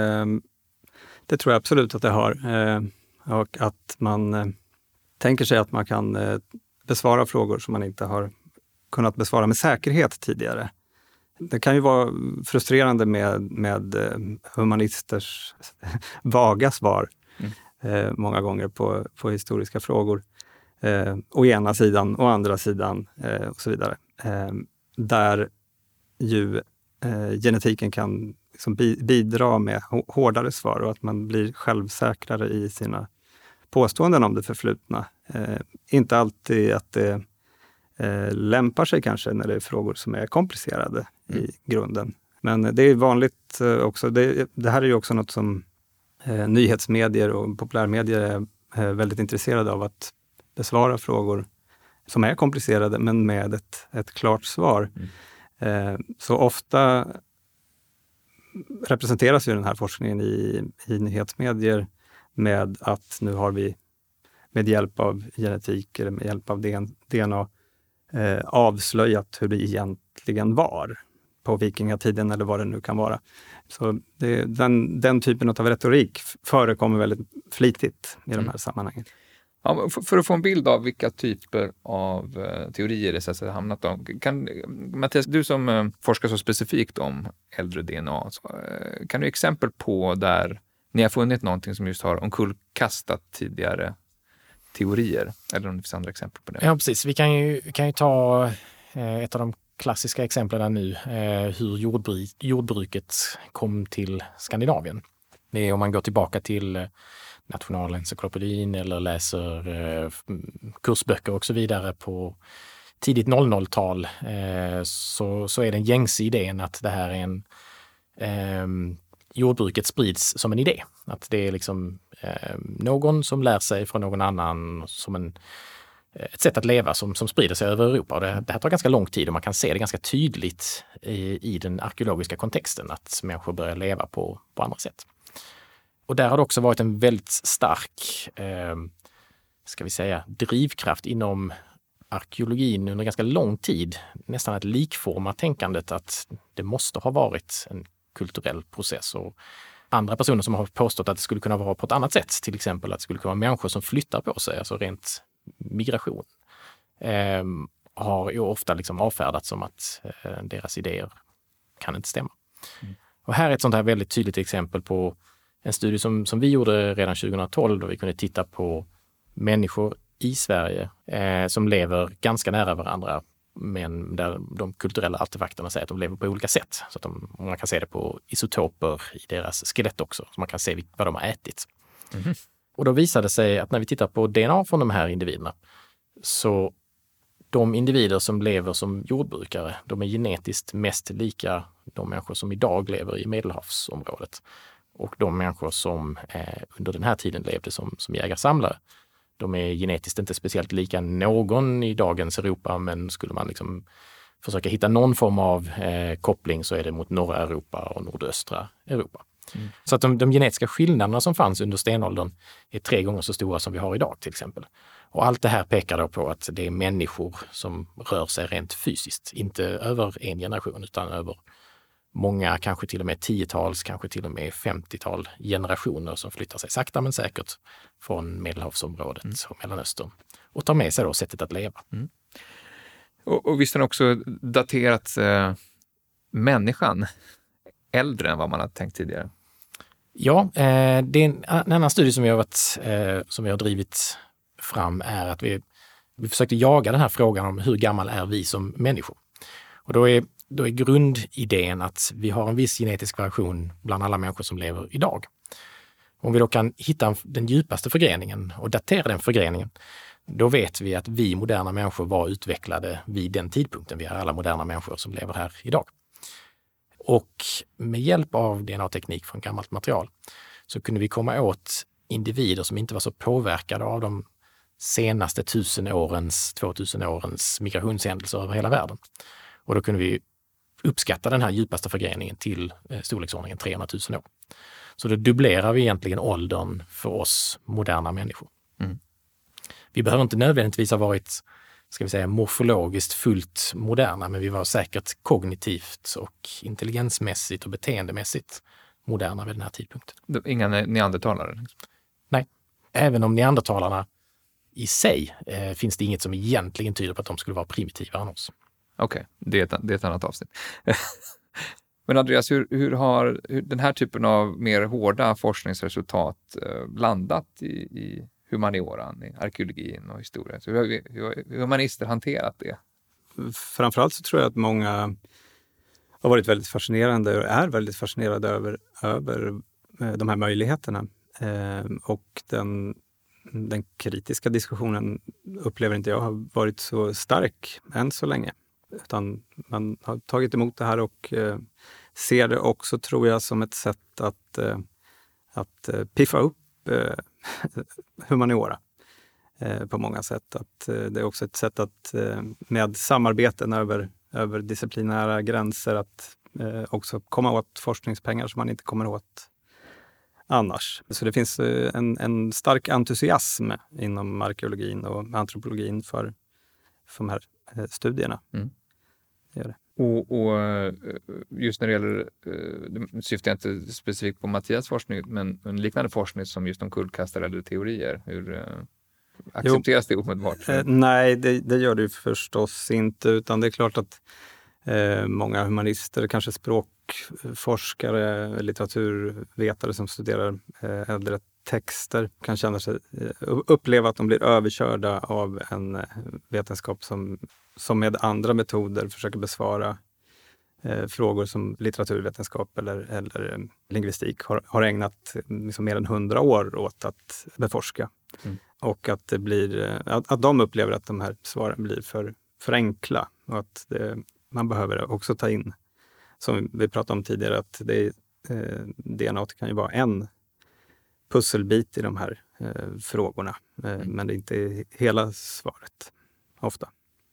Speaker 3: Det tror jag absolut att det har. Och att man tänker sig att man kan besvara frågor som man inte har kunnat besvara med säkerhet tidigare. Det kan ju vara frustrerande med humanisters vaga svar många gånger på historiska frågor. Å ena sidan, å andra sidan och så vidare. Där ju genetiken kan liksom bidra med hårdare svar och att man blir självsäkrare i sina påståenden om det förflutna. Inte alltid att det lämpar sig kanske när det är frågor som är komplicerade i grunden. Men det är vanligt också. Det här är ju också något som nyhetsmedier och populärmedier är väldigt intresserade av, att besvara frågor som är komplicerade men med ett klart svar. Så ofta representeras ju den här forskningen i nyhetsmedier med att nu har vi med hjälp av genetik eller med hjälp av DNA avslöjat hur det egentligen var på vikingatiden eller vad det nu kan vara. Så den typen av retorik förekommer väldigt flitigt i de här sammanhangen.
Speaker 1: Ja, för att få en bild av vilka typer av teorier det har hamnat om. Mattias, du som forskar så specifikt om äldre DNA, kan du exempel på där ni har funnit någonting som just har omkullkastat tidigare teorier? Eller om det finns andra exempel på det?
Speaker 2: Ja, precis. Vi kan ju ta ett av de klassiska exemplen nu, hur jordbruket kom till Skandinavien. Det är om man går tillbaka till Nationalencyklopedin eller läser kursböcker och så vidare på tidigt 00-tal, så är den gängse idén att det här är jordbruket sprids som en idé. Att det är liksom någon som lär sig från någon annan som ett sätt att leva som sprider sig över Europa. Och det här tar ganska lång tid och man kan se det ganska tydligt i den arkeologiska kontexten att människor börjar leva på andra sätt. Och där har det också varit en väldigt stark, ska vi säga, drivkraft inom arkeologin under ganska lång tid. Nästan att likforma tänkandet att det måste ha varit en kulturell process. Och andra personer som har påstått att det skulle kunna vara på ett annat sätt, till exempel att det skulle kunna vara människor som flyttar på sig, alltså rent migration, har ju ofta liksom avfärdats som att deras idéer kan inte stämma. Och här är ett sånt här väldigt tydligt exempel på en studie som vi gjorde redan 2012 då vi kunde titta på människor i Sverige som lever ganska nära varandra, men där de kulturella artefakterna säger att de lever på olika sätt. Så att man kan se det på isotoper i deras skelett också, så man kan se vad de har ätit. Och då visade det sig att när vi tittar på DNA från de här individerna, så de individer som lever som jordbrukare, de är genetiskt mest lika de människor som idag lever i Medelhavsområdet. Och de människor som under den här tiden levde som jägarsamlare, de är genetiskt inte speciellt lika någon i dagens Europa, men skulle man liksom försöka hitta någon form av koppling så är det mot norra Europa och nordöstra Europa. Så att de genetiska skillnaderna som fanns under stenåldern är 3 gånger så stora som vi har idag till exempel. Och allt det här pekar då på att det är människor som rör sig rent fysiskt, inte över en generation utan över många, kanske till och med 10-tals, kanske till och med 50-tal generationer som flyttar sig sakta men säkert från Medelhavsområdet och Mellanöstern och tar med sig då sättet att leva.
Speaker 1: Och visst har den också daterat människan äldre än vad man hade tänkt tidigare?
Speaker 2: Ja, det är en annan studie som vi har drivit fram är att vi försökte jaga den här frågan om hur gammal är vi som människor. Och då är grundidén att vi har en viss genetisk variation bland alla människor som lever idag. Om vi då kan hitta den djupaste förgreningen och datera den förgreningen, då vet vi att vi moderna människor var utvecklade vid den tidpunkten. Vi är alla moderna människor som lever här idag. Och med hjälp av DNA-teknik från gammalt material så kunde vi komma åt individer som inte var så påverkade av de senaste 2000 årens migrationshändelser över hela världen. Och då kunde vi uppskatta den här djupaste förgreningen till storleksordningen 300 000 år. Så då dubblerar vi egentligen åldern för oss moderna människor.
Speaker 1: Mm.
Speaker 2: Vi behöver inte nödvändigtvis ha varit, ska vi säga, morfologiskt fullt moderna, men vi var säkert kognitivt och intelligensmässigt och beteendemässigt moderna vid den här tidpunkten.
Speaker 1: Inga neandertalare? Liksom.
Speaker 2: Nej, även om neandertalarna i sig finns det inget som egentligen tyder på att de skulle vara primitivare än oss.
Speaker 1: Okej, det är ett annat avsnitt. Men Andreas, hur har den här typen av mer hårda forskningsresultat landat i humanioran, i arkeologin och historia? Så hur har humanister hanterat det?
Speaker 3: Framförallt så tror jag att många har varit väldigt fascinerande och är väldigt fascinerade över de här möjligheterna. Och den kritiska diskussionen upplever inte jag har varit så stark än så länge. Utan man har tagit emot det här och ser det också, tror jag, som ett sätt att piffa upp humaniora på många sätt. Att det är också ett sätt att med samarbeten över disciplinära gränser att också komma åt forskningspengar som man inte kommer åt annars. Så det finns en stark entusiasm inom arkeologin och antropologin för de här studierna.
Speaker 1: Mm.
Speaker 3: Det gör det.
Speaker 1: Och just när det gäller, det syftar jag inte specifikt på Mattias forskning, men liknande forskning som just om kullkastare eller teorier, hur accepteras det omedelbart?
Speaker 3: Nej, det gör det ju förstås inte, utan det är klart att många humanister, kanske språkforskare, litteraturvetare som studerar äldre texter kan uppleva att de blir överkörda av en vetenskap som med andra metoder försöker besvara frågor som litteraturvetenskap eller lingvistik har ägnat liksom mer än 100 år åt att beforska. Mm. Och att det blir att de upplever att de här svaren blir för enkla och att man behöver också ta in, som vi pratade om tidigare, att DNA kan ju vara en pusselbit i de här frågorna. Men det är inte hela svaret, ofta.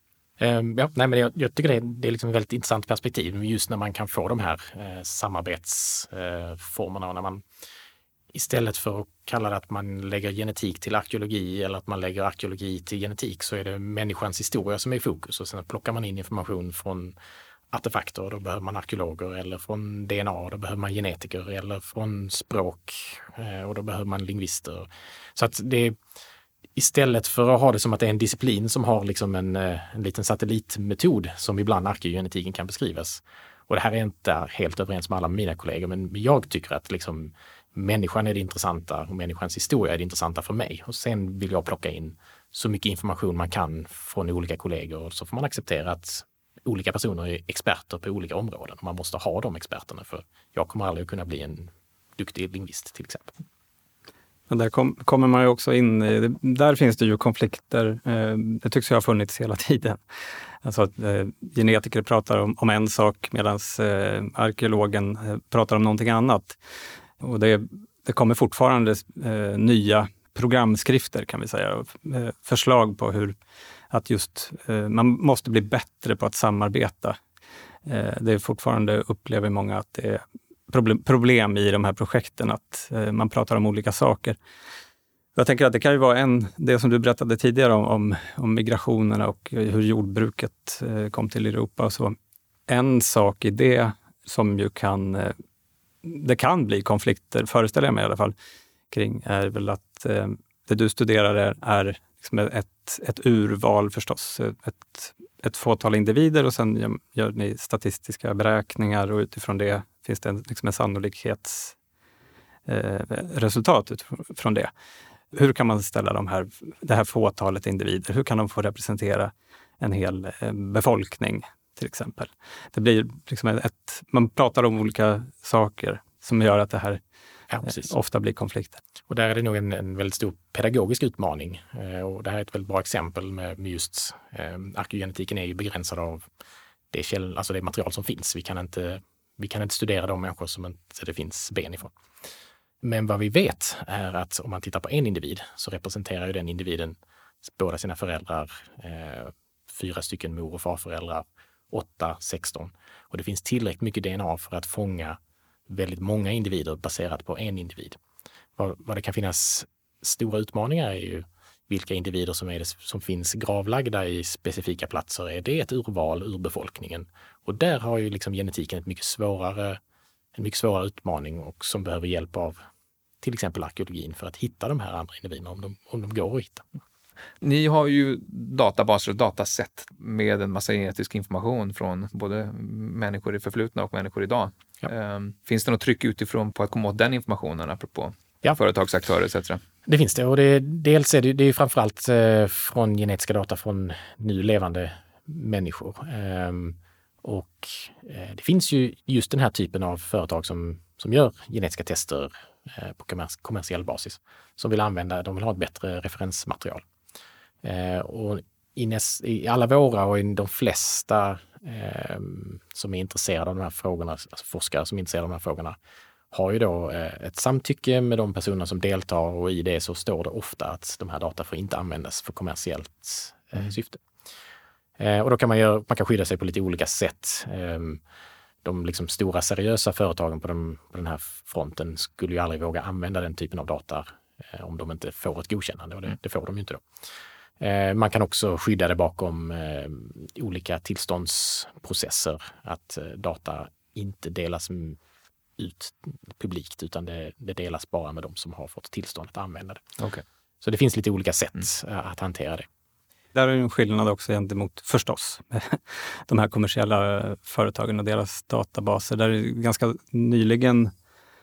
Speaker 2: Jag tycker det är liksom ett väldigt intressant perspektiv, just när man kan få de här samarbetsformerna och när man istället för att kalla det att man lägger genetik till arkeologi eller att man lägger arkeologi till genetik, så är det människans historia som är i fokus och sen plockar man in information från artefakter och då behöver man arkeologer, eller från DNA och då behöver man genetiker, eller från språk och då behöver man lingvister. Så att det, istället för att ha det som att det är en disciplin som har liksom en liten satellitmetod som ibland arkeogenetiken kan beskrivas. Och det här är inte helt överens med alla mina kollegor, men jag tycker att liksom människan är det intressanta och människans historia är det intressanta för mig. Och sen vill jag plocka in så mycket information man kan från olika kollegor, och så får man acceptera att olika personer är experter på olika områden. Man måste ha de experterna, för jag kommer aldrig att kunna bli en duktig lingvist till exempel.
Speaker 3: Men där kommer man ju också in, där finns det ju konflikter. Det tycks ju ha funnits hela tiden. Alltså att genetiker pratar om en sak medan arkeologen pratar om någonting annat. Och det kommer fortfarande nya programskrifter, kan vi säga. Förslag på hur att just man måste bli bättre på att samarbeta. Det är fortfarande, upplever många, att det är problem i de här projekten, att man pratar om olika saker. Jag tänker att det kan ju vara det som du berättade tidigare om migrationerna och hur jordbruket kom till Europa och så. En sak i det som ju det kan bli konflikter, föreställer jag mig i alla fall, kring, är väl att det du studerar är liksom ett urval förstås, ett fåtal individer, och sen gör ni statistiska beräkningar och utifrån det finns det liksom en sannolikhetsresultat utifrån det. Hur kan man ställa det här fåtalet individer, hur kan de få representera en hel befolkning till exempel? Det blir liksom man pratar om olika saker som gör att det här ofta blir konflikter. Och där är det nog en väldigt stor pedagogisk utmaning. Och det här är ett väldigt bra exempel med just arkeogenetiken är ju begränsad av det material som finns. Vi kan inte
Speaker 2: vi kan inte studera de människor som inte det finns ben ifrån. Men vad vi vet är att om man tittar på en individ så representerar ju den individen båda sina föräldrar, 4 stycken mor- och farföräldrar, 8, 16. Och det finns tillräckligt mycket DNA för att fånga väldigt många individer baserat på en individ. Vad det kan finnas stora utmaningar är ju vilka individer som finns gravlagda i specifika platser. Är det ett urval ur befolkningen? Och där har ju liksom genetiken en mycket svårare utmaning och som behöver hjälp av till exempel arkeologin för att hitta de här andra individerna om de går att hitta.
Speaker 1: Ni har ju databaser och dataset med en massa genetisk information från både människor i förflutna och människor idag.
Speaker 2: Ja.
Speaker 1: Finns det något tryck utifrån på att komma åt den informationen apropå
Speaker 2: Ja.
Speaker 1: företagsaktörer etc.?
Speaker 2: Det finns det och dels är det är framförallt från genetiska data från nu levande människor. Och det finns ju just den här typen av företag som gör genetiska tester på kommersiell basis som vill ha ett bättre referensmaterial. Och i alla våra och i de flesta som är intresserade av de här frågorna, alltså forskare som är intresserade av de här frågorna, har ju då ett samtycke med de personer som deltar och i det så står det ofta att de här data får inte användas för kommersiellt syfte. Och då kan man kan skydda sig på lite olika sätt. De liksom stora seriösa företagen på den här fronten skulle ju aldrig våga använda den typen av data om de inte får ett godkännande och det får de ju inte då. Man kan också skydda det bakom olika tillståndsprocesser, att data inte delas ut publikt utan det delas bara med de som har fått tillstånd att använda det.
Speaker 1: Okay.
Speaker 2: Så det finns lite olika sätt att hantera det.
Speaker 3: Där är en skillnad också gentemot, förstås, de här kommersiella företagen och deras databaser. Där är ganska nyligen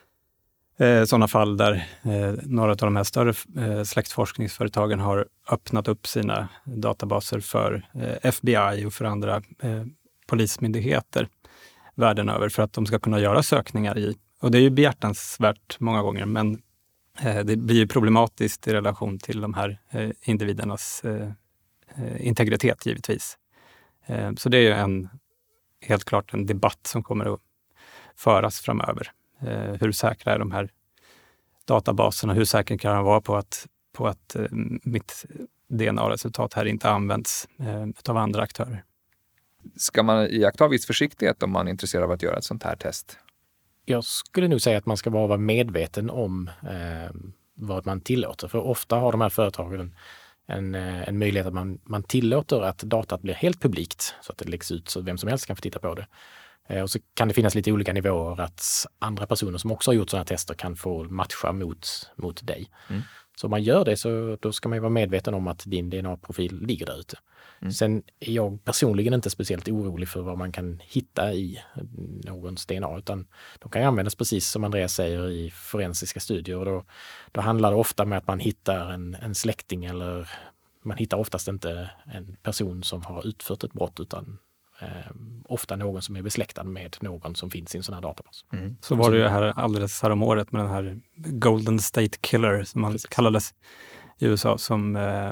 Speaker 3: sådana fall där några av de här större släktforskningsföretagen har öppnat upp sina databaser för FBI och för andra polismyndigheter världen över för att de ska kunna göra sökningar i. Och det är ju behjärtansvärt många gånger, men det blir ju problematiskt i relation till de här individernas integritet givetvis. Så det är ju helt klart en debatt som kommer att föras framöver. Hur säkra är de här databaserna? Hur säker kan jag vara på att mitt DNA-resultat här inte används av andra aktörer?
Speaker 1: Ska man iaktta viss försiktighet om man är intresserad av att göra ett sånt här test?
Speaker 2: Jag skulle nog säga att man ska vara medveten om vad man tillåter. För ofta har de här företagen en möjlighet att man tillåter att datat blir helt publikt så att det läggs ut så att vem som helst kan få titta på det. Och så kan det finnas lite olika nivåer att andra personer som också har gjort sådana tester kan få matcha mot dig. Så om man gör det så då ska man ju vara medveten om att din DNA-profil ligger där ute. Sen är jag personligen inte speciellt orolig för vad man kan hitta i någons DNA, utan de kan ju användas precis som Andreas säger i forensiska studier. Och då handlar det ofta med att man hittar en släkting eller man hittar oftast inte en person som har utfört ett brott utan ofta någon som är besläktad med någon som finns i en sån här databas.
Speaker 3: Så var det ju här alldeles här om året med den här Golden State Killer som man kallades i USA, som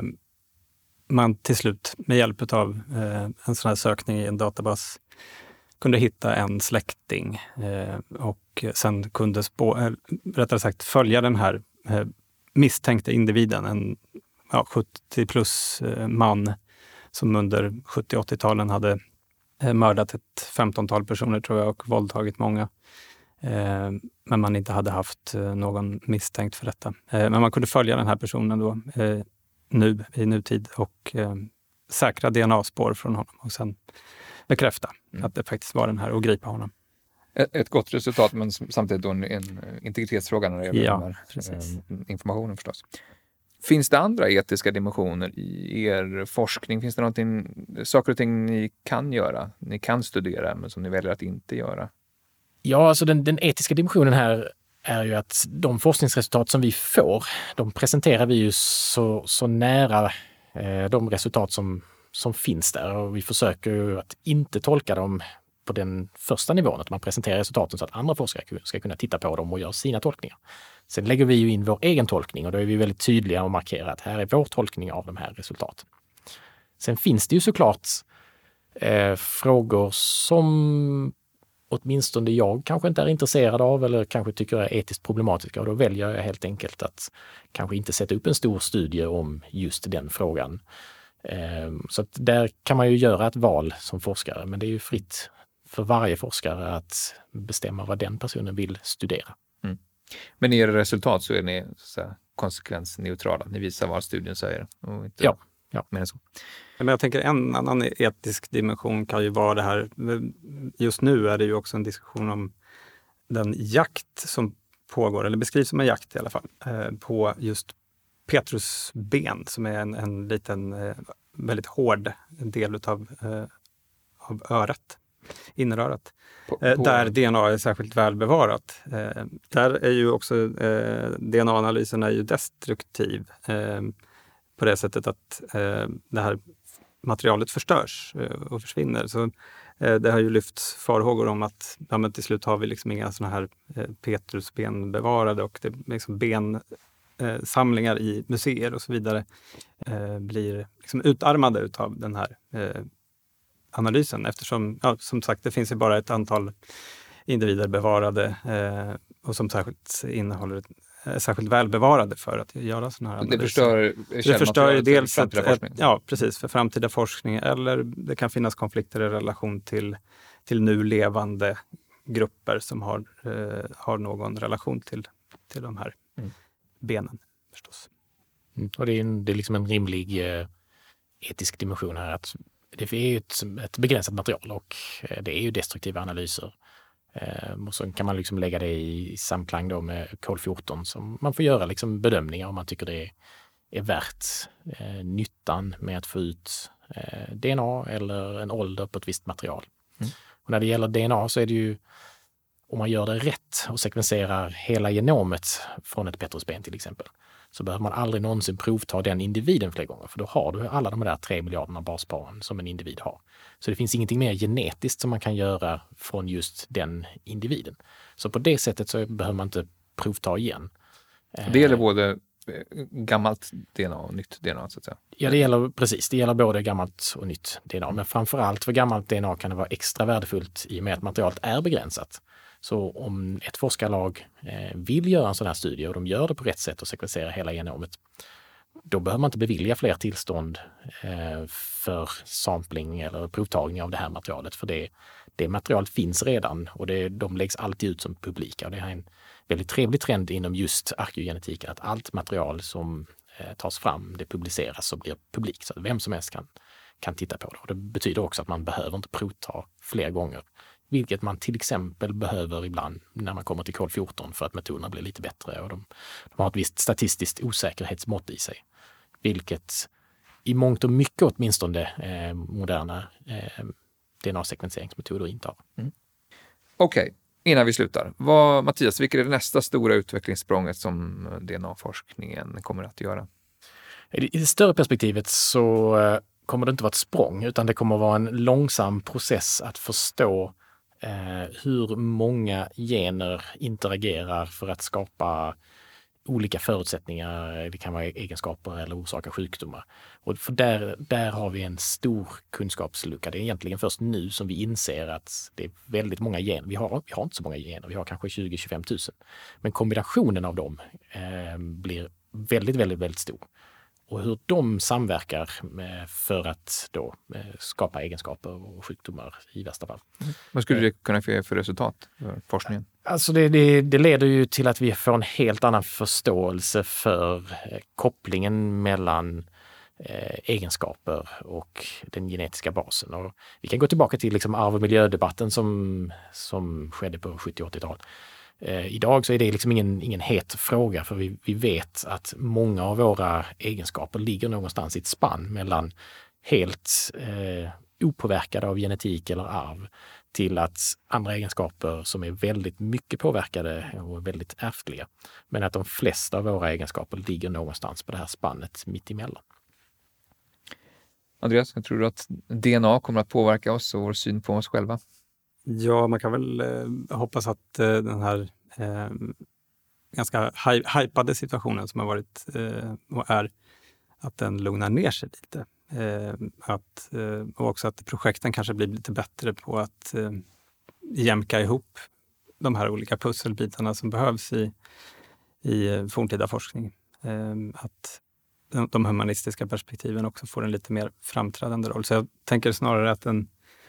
Speaker 3: man till slut med hjälp av en sån här sökning i en databas kunde hitta en släkting och sen kunde följa den här misstänkta individen, en 70 plus man som under 70-80-talen hade mördat ett 15-tal personer tror jag och våldtagit många. Men man inte hade haft någon misstänkt för detta. Men man kunde följa den här personen då i nutid och säkra DNA-spår från honom och sen bekräfta att det faktiskt var den här och gripa honom.
Speaker 1: Ett gott resultat, men samtidigt då en integritetsfråga när det gäller den här informationen förstås. Finns det andra etiska dimensioner i er forskning? Finns det saker och ting ni kan göra, ni kan studera, men som ni väljer att inte göra?
Speaker 2: Ja, alltså den etiska dimensionen här är ju att de forskningsresultat som vi får, de presenterar vi ju så nära de resultat som finns där. Och vi försöker ju att inte tolka dem på den första nivån, att man presenterar resultaten så att andra forskare ska kunna titta på dem och göra sina tolkningar. Sen lägger vi ju in vår egen tolkning och då är vi väldigt tydliga och markerar att här är vår tolkning av de här resultaten. Sen finns det ju såklart frågor som åtminstone jag kanske inte är intresserad av eller kanske tycker är etiskt problematiska, och då väljer jag helt enkelt att kanske inte sätta upp en stor studie om just den frågan. Så att där kan man ju göra ett val som forskare, men det är ju fritt för varje forskare att bestämma vad den personen vill studera.
Speaker 1: Mm. Men i era resultat så är ni så här konsekvensneutrala. Ni visar vad studien säger. Och inte
Speaker 2: Ja.
Speaker 1: mer än så.
Speaker 3: Men jag tänker en annan etisk dimension kan ju vara det här. Just nu är det ju också en diskussion om den jakt som pågår, eller beskrivs som en jakt i alla fall, på just petrusben som är en liten väldigt hård del av örat, innerörat. Där DNA är särskilt väl bevarat. Där är ju också DNA-analysen är ju destruktiv på det sättet att det här materialet förstörs och försvinner. Så det har ju lyfts farhågor om att men till slut har vi liksom inga såna här petrusben bevarade, och det liksom bensamlingar i museer och så vidare blir liksom utarmade utav den här analysen, eftersom som sagt det finns ju bara ett antal individer bevarade och som särskilt välbevarade för att göra sådana här analyser. Det förstör dels precis, för framtida forskning, eller det kan finnas konflikter i relation till nu levande grupper som har någon relation till de här benen förstås.
Speaker 2: Och det är liksom en rimlig etisk dimension här, att det är ju ett begränsat material och det är ju destruktiva analyser. Och så kan man liksom lägga det i samklang då med kod 14, som man får göra liksom bedömningar om man tycker det är värt nyttan med att få ut DNA eller en ålder på ett visst material. Och när det gäller DNA så är det ju, om man gör det rätt och sekvenserar hela genomet från ett petrusben till exempel, så behöver man aldrig någonsin provta den individen fler gånger, för då har du alla de där 3 miljarderna basparen som en individ har. Så det finns ingenting mer genetiskt som man kan göra från just den individen. Så på det sättet så behöver man inte provta igen.
Speaker 1: Det gäller både gammalt DNA och nytt DNA så att säga?
Speaker 2: Ja, det gäller både gammalt och nytt DNA. Men framförallt för gammalt DNA kan det vara extra värdefullt i och med att materialet är begränsat. Så om ett forskarlag vill göra en sån här studie och de gör det på rätt sätt och sekvenserar hela genomet, då behöver man inte bevilja fler tillstånd för sampling eller provtagning av det här materialet. För det materialet finns redan och de läggs alltid ut som publika. Och det är en väldigt trevlig trend inom just arkeogenetiken, att allt material som tas fram, det publiceras och blir publikt. Så att vem som helst kan titta på det. Och det betyder också att man behöver inte provta fler gånger. Vilket man till exempel behöver ibland när man kommer till kod 14 för att metoderna blir lite bättre och de har ett visst statistiskt osäkerhetsmått i sig. Vilket i mångt och mycket åtminstone moderna DNA-sekvenseringsmetoder inte har.
Speaker 1: Okej, innan vi slutar. Mattias, vilket är det nästa stora utvecklingssprånget som DNA-forskningen kommer att göra?
Speaker 2: I det större perspektivet så kommer det inte vara ett språng, utan det kommer vara en långsam process att förstå hur många gener interagerar för att skapa olika förutsättningar. Det kan vara egenskaper eller orsaka sjukdomar. Och för där har vi en stor kunskapslucka. Det är egentligen först nu som vi inser att det är väldigt många gener. Vi har inte så många gener, vi har kanske 20-25 000. Men kombinationen av dem blir väldigt, väldigt, väldigt stor. Och hur de samverkar för att då skapa egenskaper och sjukdomar i värsta fall.
Speaker 1: Vad skulle det kunna få för resultat för forskningen?
Speaker 2: Alltså det leder ju till att vi får en helt annan förståelse för kopplingen mellan egenskaper och den genetiska basen. Och vi kan gå tillbaka till liksom arv- och miljödebatten som skedde på 70- och 80-tal. Idag så är det liksom ingen het fråga, för vi vet att många av våra egenskaper ligger någonstans i ett spann mellan helt opåverkade av genetik eller arv till att andra egenskaper som är väldigt mycket påverkade och väldigt ärftliga. Men att de flesta av våra egenskaper ligger någonstans på det här spannet mitt emellan.
Speaker 1: Andreas, jag tror att DNA kommer att påverka oss och vår syn på oss själva?
Speaker 3: Ja, man kan väl hoppas att den här ganska hypade situationen som har varit och är, att den lugnar ner sig lite. Och också att projekten kanske blir lite bättre på att jämka ihop de här olika pusselbitarna som behövs i forntida forskning. Att de humanistiska perspektiven också får en lite mer framträdande roll. Så jag tänker snarare att den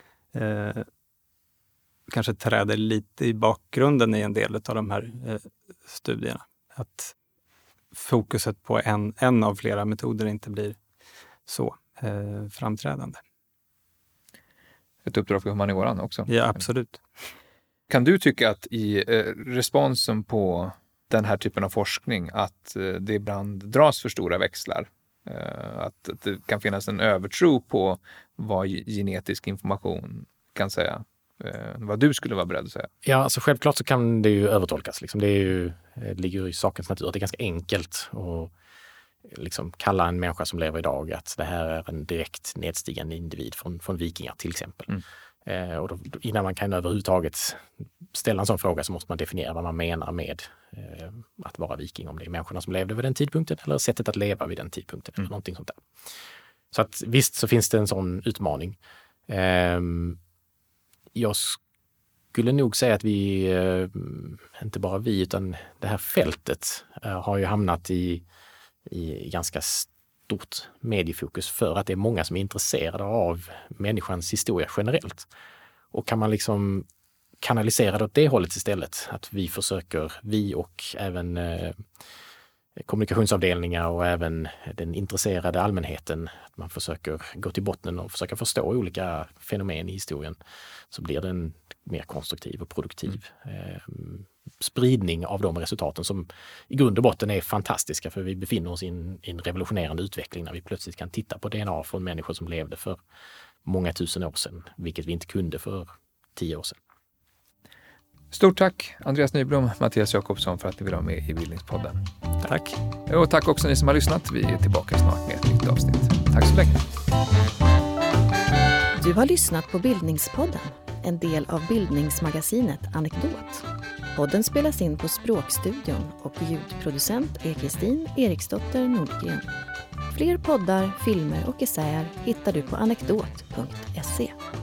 Speaker 3: kanske träder lite i bakgrunden i en del av de här studierna. Att fokuset på en av flera metoder inte blir så framträdande.
Speaker 1: Ett uppdrag för humanioran också.
Speaker 3: Ja, absolut.
Speaker 1: Kan du tycka att i responsen på den här typen av forskning att det ibland dras för stora växlar? Att det kan finnas en övertro på vad genetisk information kan säga? Vad du skulle vara beredd att säga?
Speaker 2: Ja, alltså självklart så kan det ju övertolkas. Liksom. Det ligger ju i sakens natur. Det är ganska enkelt att liksom kalla en människa som lever idag att det här är en direkt nedstigande individ från vikingar till exempel. Och då, innan man kan överhuvudtaget ställa en sån fråga så måste man definiera vad man menar med att vara viking. Om det är människorna som levde vid den tidpunkten eller sättet att leva vid den tidpunkten eller någonting sånt där. Så att visst så finns det en sån utmaning. Jag skulle nog säga att vi, inte bara vi utan det här fältet har ju hamnat i ganska stort mediefokus för att det är många som är intresserade av människans historia generellt. Och kan man liksom kanalisera det åt det hållet istället, att vi och även kommunikationsavdelningar och även den intresserade allmänheten, att man försöker gå till botten och försöka förstå olika fenomen i historien, så blir det en mer konstruktiv och produktiv spridning av de resultaten som i grund och botten är fantastiska, för vi befinner oss i en revolutionerande utveckling när vi plötsligt kan titta på DNA från människor som levde för många tusen år sedan, vilket vi inte kunde för 10 år sedan.
Speaker 1: Stort tack Andreas Nyblom, Mattias Jakobsson för att ni vill vara med i Bildningspodden.
Speaker 3: Tack.
Speaker 1: Och tack också ni som har lyssnat. Vi är tillbaka snart med ett nytt avsnitt. Tack så länge.
Speaker 4: Du har lyssnat på Bildningspodden, en del av bildningsmagasinet Anekdot. Podden spelas in på Språkstudion och ljudproducent är Kristin Eriksdotter Nordgren. Fler poddar, filmer och essäer hittar du på anekdot.se.